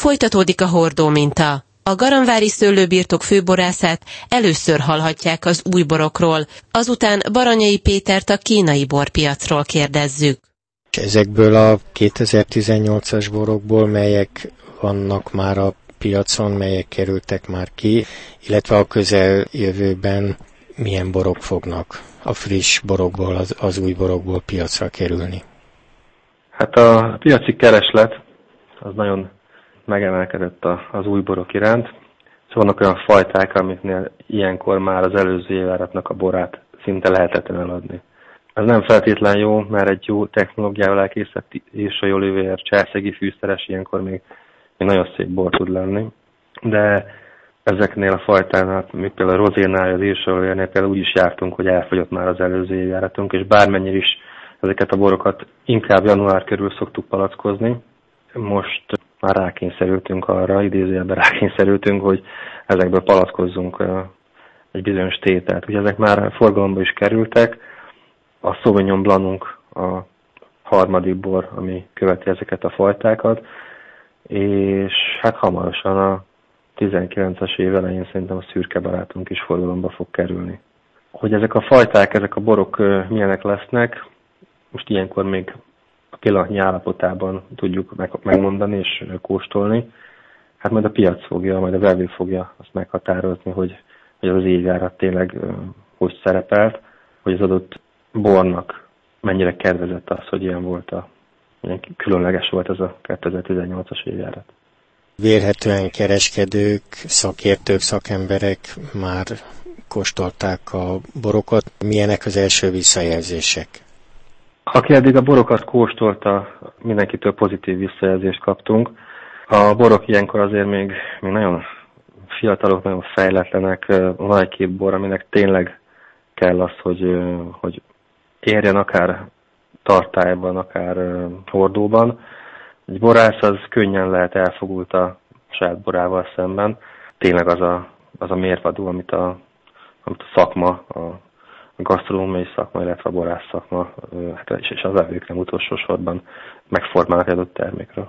Folytatódik a hordó minta. A garamvári szőlőbirtok főborászát először hallhatják az új borokról, azután Baranyai Pétert a kínai borpiacról kérdezzük. Ezekből a 2018-as borokból melyek vannak már a piacon, melyek kerültek már ki, illetve a közeljövőben milyen borok fognak a friss borokból, az új borokból piacra kerülni? Hát a piaci kereslet az nagyon megemelkedett az új borok iránt. Vannak olyan fajták, amiknél ilyenkor már az előző évjáratnak a borát szinte lehetetlen eladni. Ez nem feltétlen jó, mert egy jó technológiával elkészített érsajolővér, cserszegi fűszeres ilyenkor még nagyon szép bor tud lenni. De ezeknél a fajtánál, mi például a rozénál, az érsajolővérnél például úgy is jártunk, hogy elfogyott már az előző évjáratunk, és bármennyire is ezeket a borokat inkább január körül szoktuk palackozni. Most már rákényszerültünk arra, idézőjelben rákényszerültünk, hogy ezekből palackozzunk egy bizonyos tételt. Ugye ezek már forgalomba is kerültek. A Sauvignon Blancunk a harmadik bor, ami követi ezeket a fajtákat, és hát hamarosan a 19-es év elején szerintem a szürke barátunk is forgalomba fog kerülni. Hogy ezek a fajták, ezek a borok milyenek lesznek, most ilyenkor még a pillanatnyi állapotában tudjuk megmondani és kóstolni. Hát majd a piac fogja, majd a vevő fogja azt meghatározni, hogy az évjárat tényleg hogy szerepelt, hogy az adott bornak mennyire kedvezett az, hogy ilyen különleges volt ez a 2018-as évjárat. Vélhetően kereskedők, szakértők, szakemberek már kóstolták a borokat. Milyenek az első visszajelzések? Aki eddig a borokat kóstolta, mindenkitől pozitív visszajelzést kaptunk. A borok ilyenkor azért még nagyon fiatalok, nagyon fejletlenek. Van egy-két bor, aminek tényleg kell az, hogy érjen akár tartályban, akár hordóban. Egy borász az könnyen lehet elfogult a saját borával szemben. Tényleg az a mérvadó, amit a szakma, a gasztronómiai szakma, illetve a borász szakma, és az vevők nem utolsó sorban megformálnak adott termékről.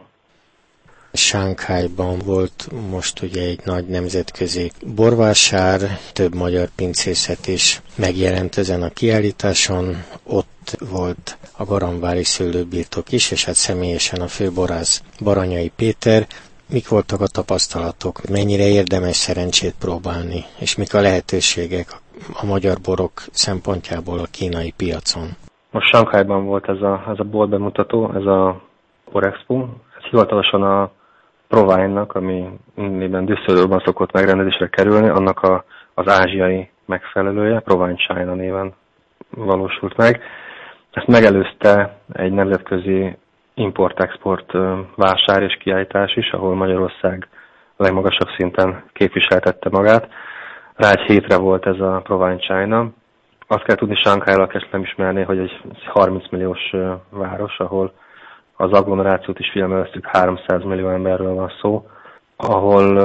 Sánkhájban volt most ugye egy nagy nemzetközi borvásár, több magyar pincészet is megjelent ezen a kiállításon, ott volt a garamvári szőlőbirtok is, és hát személyesen a főborász Baranyai Péter. Mik voltak a tapasztalatok, mennyire érdemes szerencsét próbálni, és mik a lehetőségek a magyar borok szempontjából a kínai piacon? Most Sánkhájban volt ez a borbemutató, ez a Borexpo. Ez hivatalosan a Provine-nak, ami minden Düsseldorfban szokott megrendezésre kerülni, annak az ázsiai megfelelője, Provine China néven valósult meg. Ezt megelőzte egy nemzetközi import-export vásár és kiállítás is, ahol Magyarország a legmagasabb szinten képviseltette magát. Rá egy hétre volt ez a Provine China. Azt kell tudni Sánkhájról, kell nem ismerni, hogy egy 30 milliós város, ahol az agglomerációt is figyelmeztük, 300 millió emberről van szó, ahol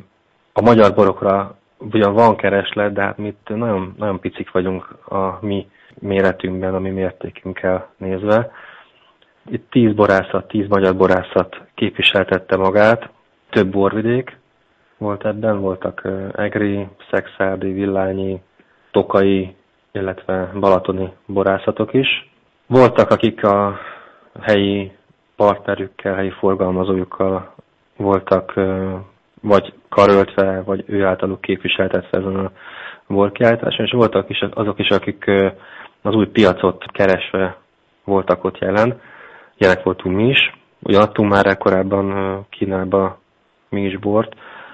a magyar borokra ugyan van kereslet, de hát mi nagyon, nagyon picik vagyunk a mi méretünkben, a mi mértékünkkel nézve. Itt 10 magyar borászat képviseltette magát, több borvidék volt ebben, voltak egri, szekszárdi, villányi, tokai, illetve balatoni borászatok is. Voltak, akik a helyi partnerükkel, helyi forgalmazójukkal voltak vagy karöltve, vagy ő általuk képviseltetve ezen a borkiállításon, és voltak is azok is, akik az új piacot keresve voltak ott jelen. Ilyenek voltunk mi is. Ugye adtunk már korábban Kínába mi is bort,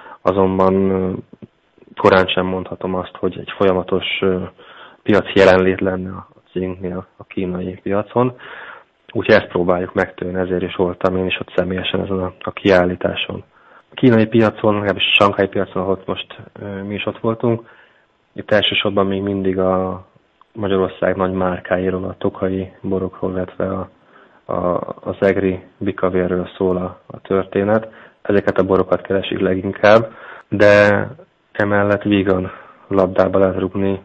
azonban korán sem mondhatom azt, hogy egy folyamatos piaci jelenlét lenne a cégünknél a kínai piacon. Úgyhogy ezt próbáljuk megtörni, ezért is voltam én is ott személyesen ezen a kiállításon. A kínai piacon, legalábbis a Sánkháj piacon, ahol most mi is ott voltunk, itt elsősorban még mindig a Magyarország nagy márkáiról, a tokai borokról, illetve az egri bikavérről szól a történet. Ezeket a borokat keresik leginkább, de emellett vígan labdába lehet rúgni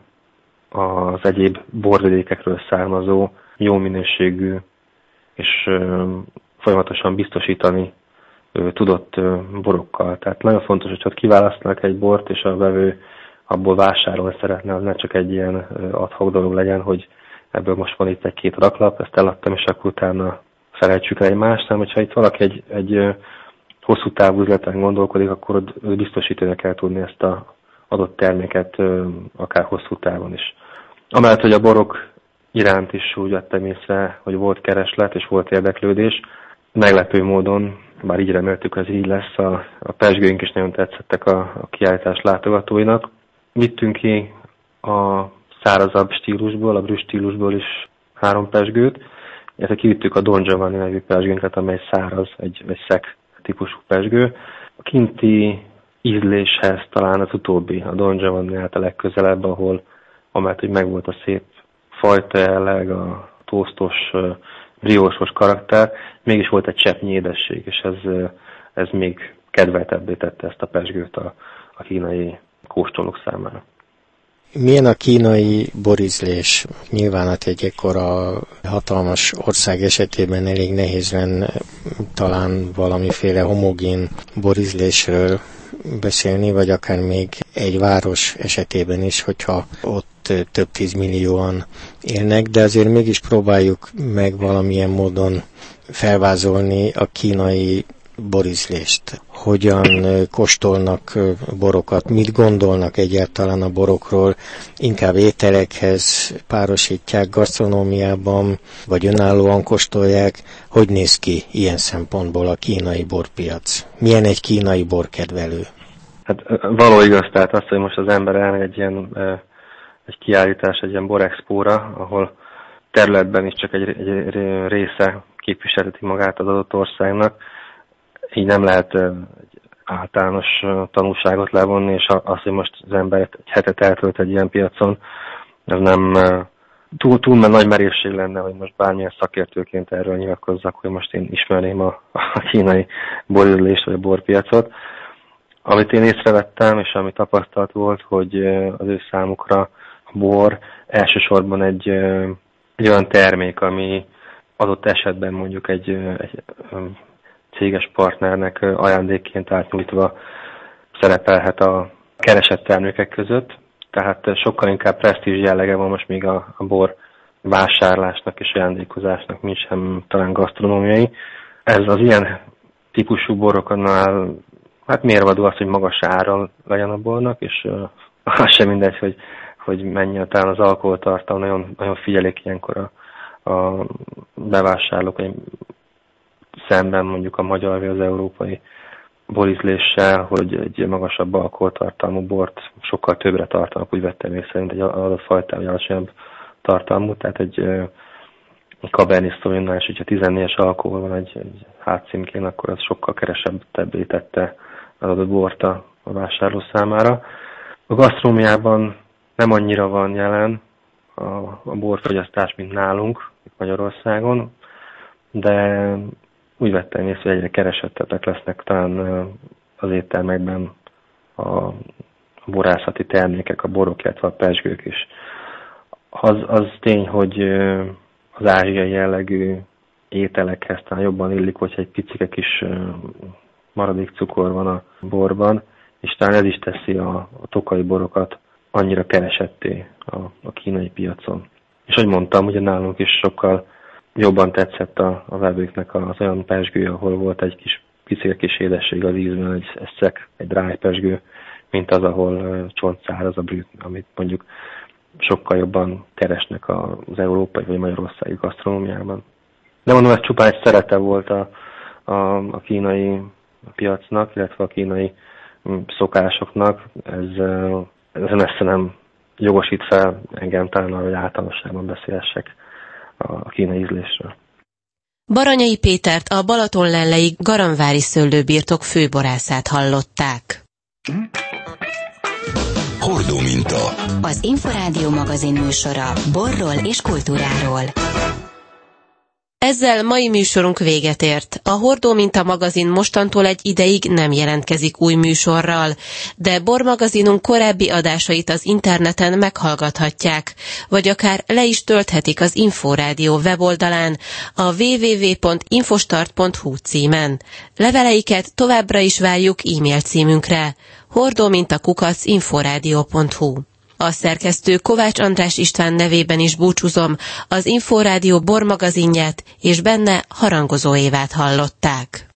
az egyéb borvidékekről származó, jó minőségű és folyamatosan biztosítani tudott borokkal. Tehát nagyon fontos, hogy ott kiválasztanak egy bort, és a vevő abból vásárolni szeretne, az ne csak egy ilyen ad hoc dolog legyen, hogy ebből most van itt egy-két raklap, ezt eladtam, és akkor utána felejtsük el egymást, hanem hogyha itt valaki egy hosszú távú üzleten gondolkodik, akkor biztosítani kell tudni ezt az adott terméket akár hosszú távon is. Amellett, hogy a borok iránt is úgy vettem észre, hogy volt kereslet és volt érdeklődés, meglepő módon, bár így reméltük, hogy ez így lesz, a pezsgőink is nagyon tetszettek a kiállítás látogatóinak. Vittünk ki a szárazabb stílusból, a brüss stílusból is 3 pezsgőt, illetve kivittük a Don Giovanni nevű pezsgőnket, amely száraz, egy szek típusú pezsgő. A kinti ízléshez talán az utóbbi, a Don Giovanni állt a legközelebb, ahol amellett, hogy megvolt a szép fajta jelleg, a tosztos, briósos karakter, mégis volt egy cseppnyi édesség, és ez még kedveltebbé tette ezt a pezsgőt a kínai kóstolók számára. Milyen a kínai borízlés? Nyilván egy ekkora hatalmas ország esetében elég nehéz lenne talán valamiféle homogén borízlésről beszélni, vagy akár még egy város esetében is, hogyha ott több 10 millióan élnek, de azért mégis próbáljuk meg valamilyen módon felvázolni a kínai borízlést. Hogyan kóstolnak borokat, mit gondolnak egyáltalán a borokról, inkább ételekhez párosítják gasztronómiában, vagy önállóan kóstolják. Hogy néz ki ilyen szempontból a kínai borpiac? Milyen egy kínai borkedvelő? Hát való igaz, tehát azt, hogy most az ember elmegy egy kiállítás, egy ilyen borexpóra, ahol területben is csak egy része képviselheti magát az adott országnak, így nem lehet egy általános tanulságot levonni, és az, hogy most az ember egy hetet eltölt egy ilyen piacon, ez nem túl nagy merészség lenne, hogy most bármilyen szakértőként erről nyilatkozzak, hogy most én ismerném a kínai borülést vagy a borpiacot. Amit én észrevettem, és ami tapasztalt volt, hogy az ő számukra a bor elsősorban egy olyan termék, ami adott esetben mondjuk egy céges partnernek ajándékként átnyújtva szerepelhet a keresett termékek között. Tehát sokkal inkább presztízs jellege van most még a bor vásárlásnak és ajándékozásnak, mint sem talán gasztronómiai. Ez az ilyen típusú boroknál hát mérvadó az, hogy magas áron legyen a bornak, és az sem mindegy, hogy mennyi talán az alkoholtartalom, nagyon figyelik ilyenkor a bevásárlók, szemben mondjuk a magyar vagy az európai borízléssel, hogy egy magasabb alkoholtartalmú bort sokkal többre tartanak, úgy vettem észre, mint egy adott fajta, vagy alacsonyabb tartalmú, tehát egy Cabernet Sauvignonnál is, hogyha 14-es alkohol van egy hátcímkén, akkor az sokkal keresebbé tette az adott bort a vásárló számára. A gasztronómiában nem annyira van jelen a borfogyasztás, mint nálunk itt Magyarországon, de úgy vettem észre, hogy egyre keresettebbek lesznek talán az éttermekben a borászati termékek, a borok, illetve a pezsgők is. Az tény, hogy az ázsiai jellegű ételekhez talán jobban illik, hogyha egy picike kis maradék cukor van a borban, és talán ez is teszi a tokai borokat annyira keresetté a kínai piacon. És ahogy mondtam, ugye nálunk is sokkal jobban tetszett a vevőknek az olyan pezsgő, ahol volt egy picike kis édesség az ízben, egy szek, egy dráj pezsgő, mint az, ahol csontszáraz a brüt, amit mondjuk sokkal jobban keresnek az európai vagy magyarországi gasztronómiában. De mondom, ez csupán egy szerete volt a kínai piacnak, illetve a kínai szokásoknak. Ez messze nem jogosít fel engem talán arra, hogy általánosságban beszélhessek a kínai ízlésről. Baranyai Pétert, a Balatonlellei Garamvári Szőlőbirtok főborászát hallották. Hordó minta. Az Inforádió magazin műsora borról és kultúráról. Ezzel mai műsorunk véget ért. A Hordó Minta magazin mostantól egy ideig nem jelentkezik új műsorral, de bormagazinunk korábbi adásait az interneten meghallgathatják, vagy akár le is tölthetik az Inforádió weboldalán, a www.infostart.hu címen. Leveleiket továbbra is várjuk e-mail címünkre hordóminta@inforádió.hu. A szerkesztő Kovács András István nevében is búcsúzom, az Inforádió bormagazinját, és benne Harangozó Évát hallották.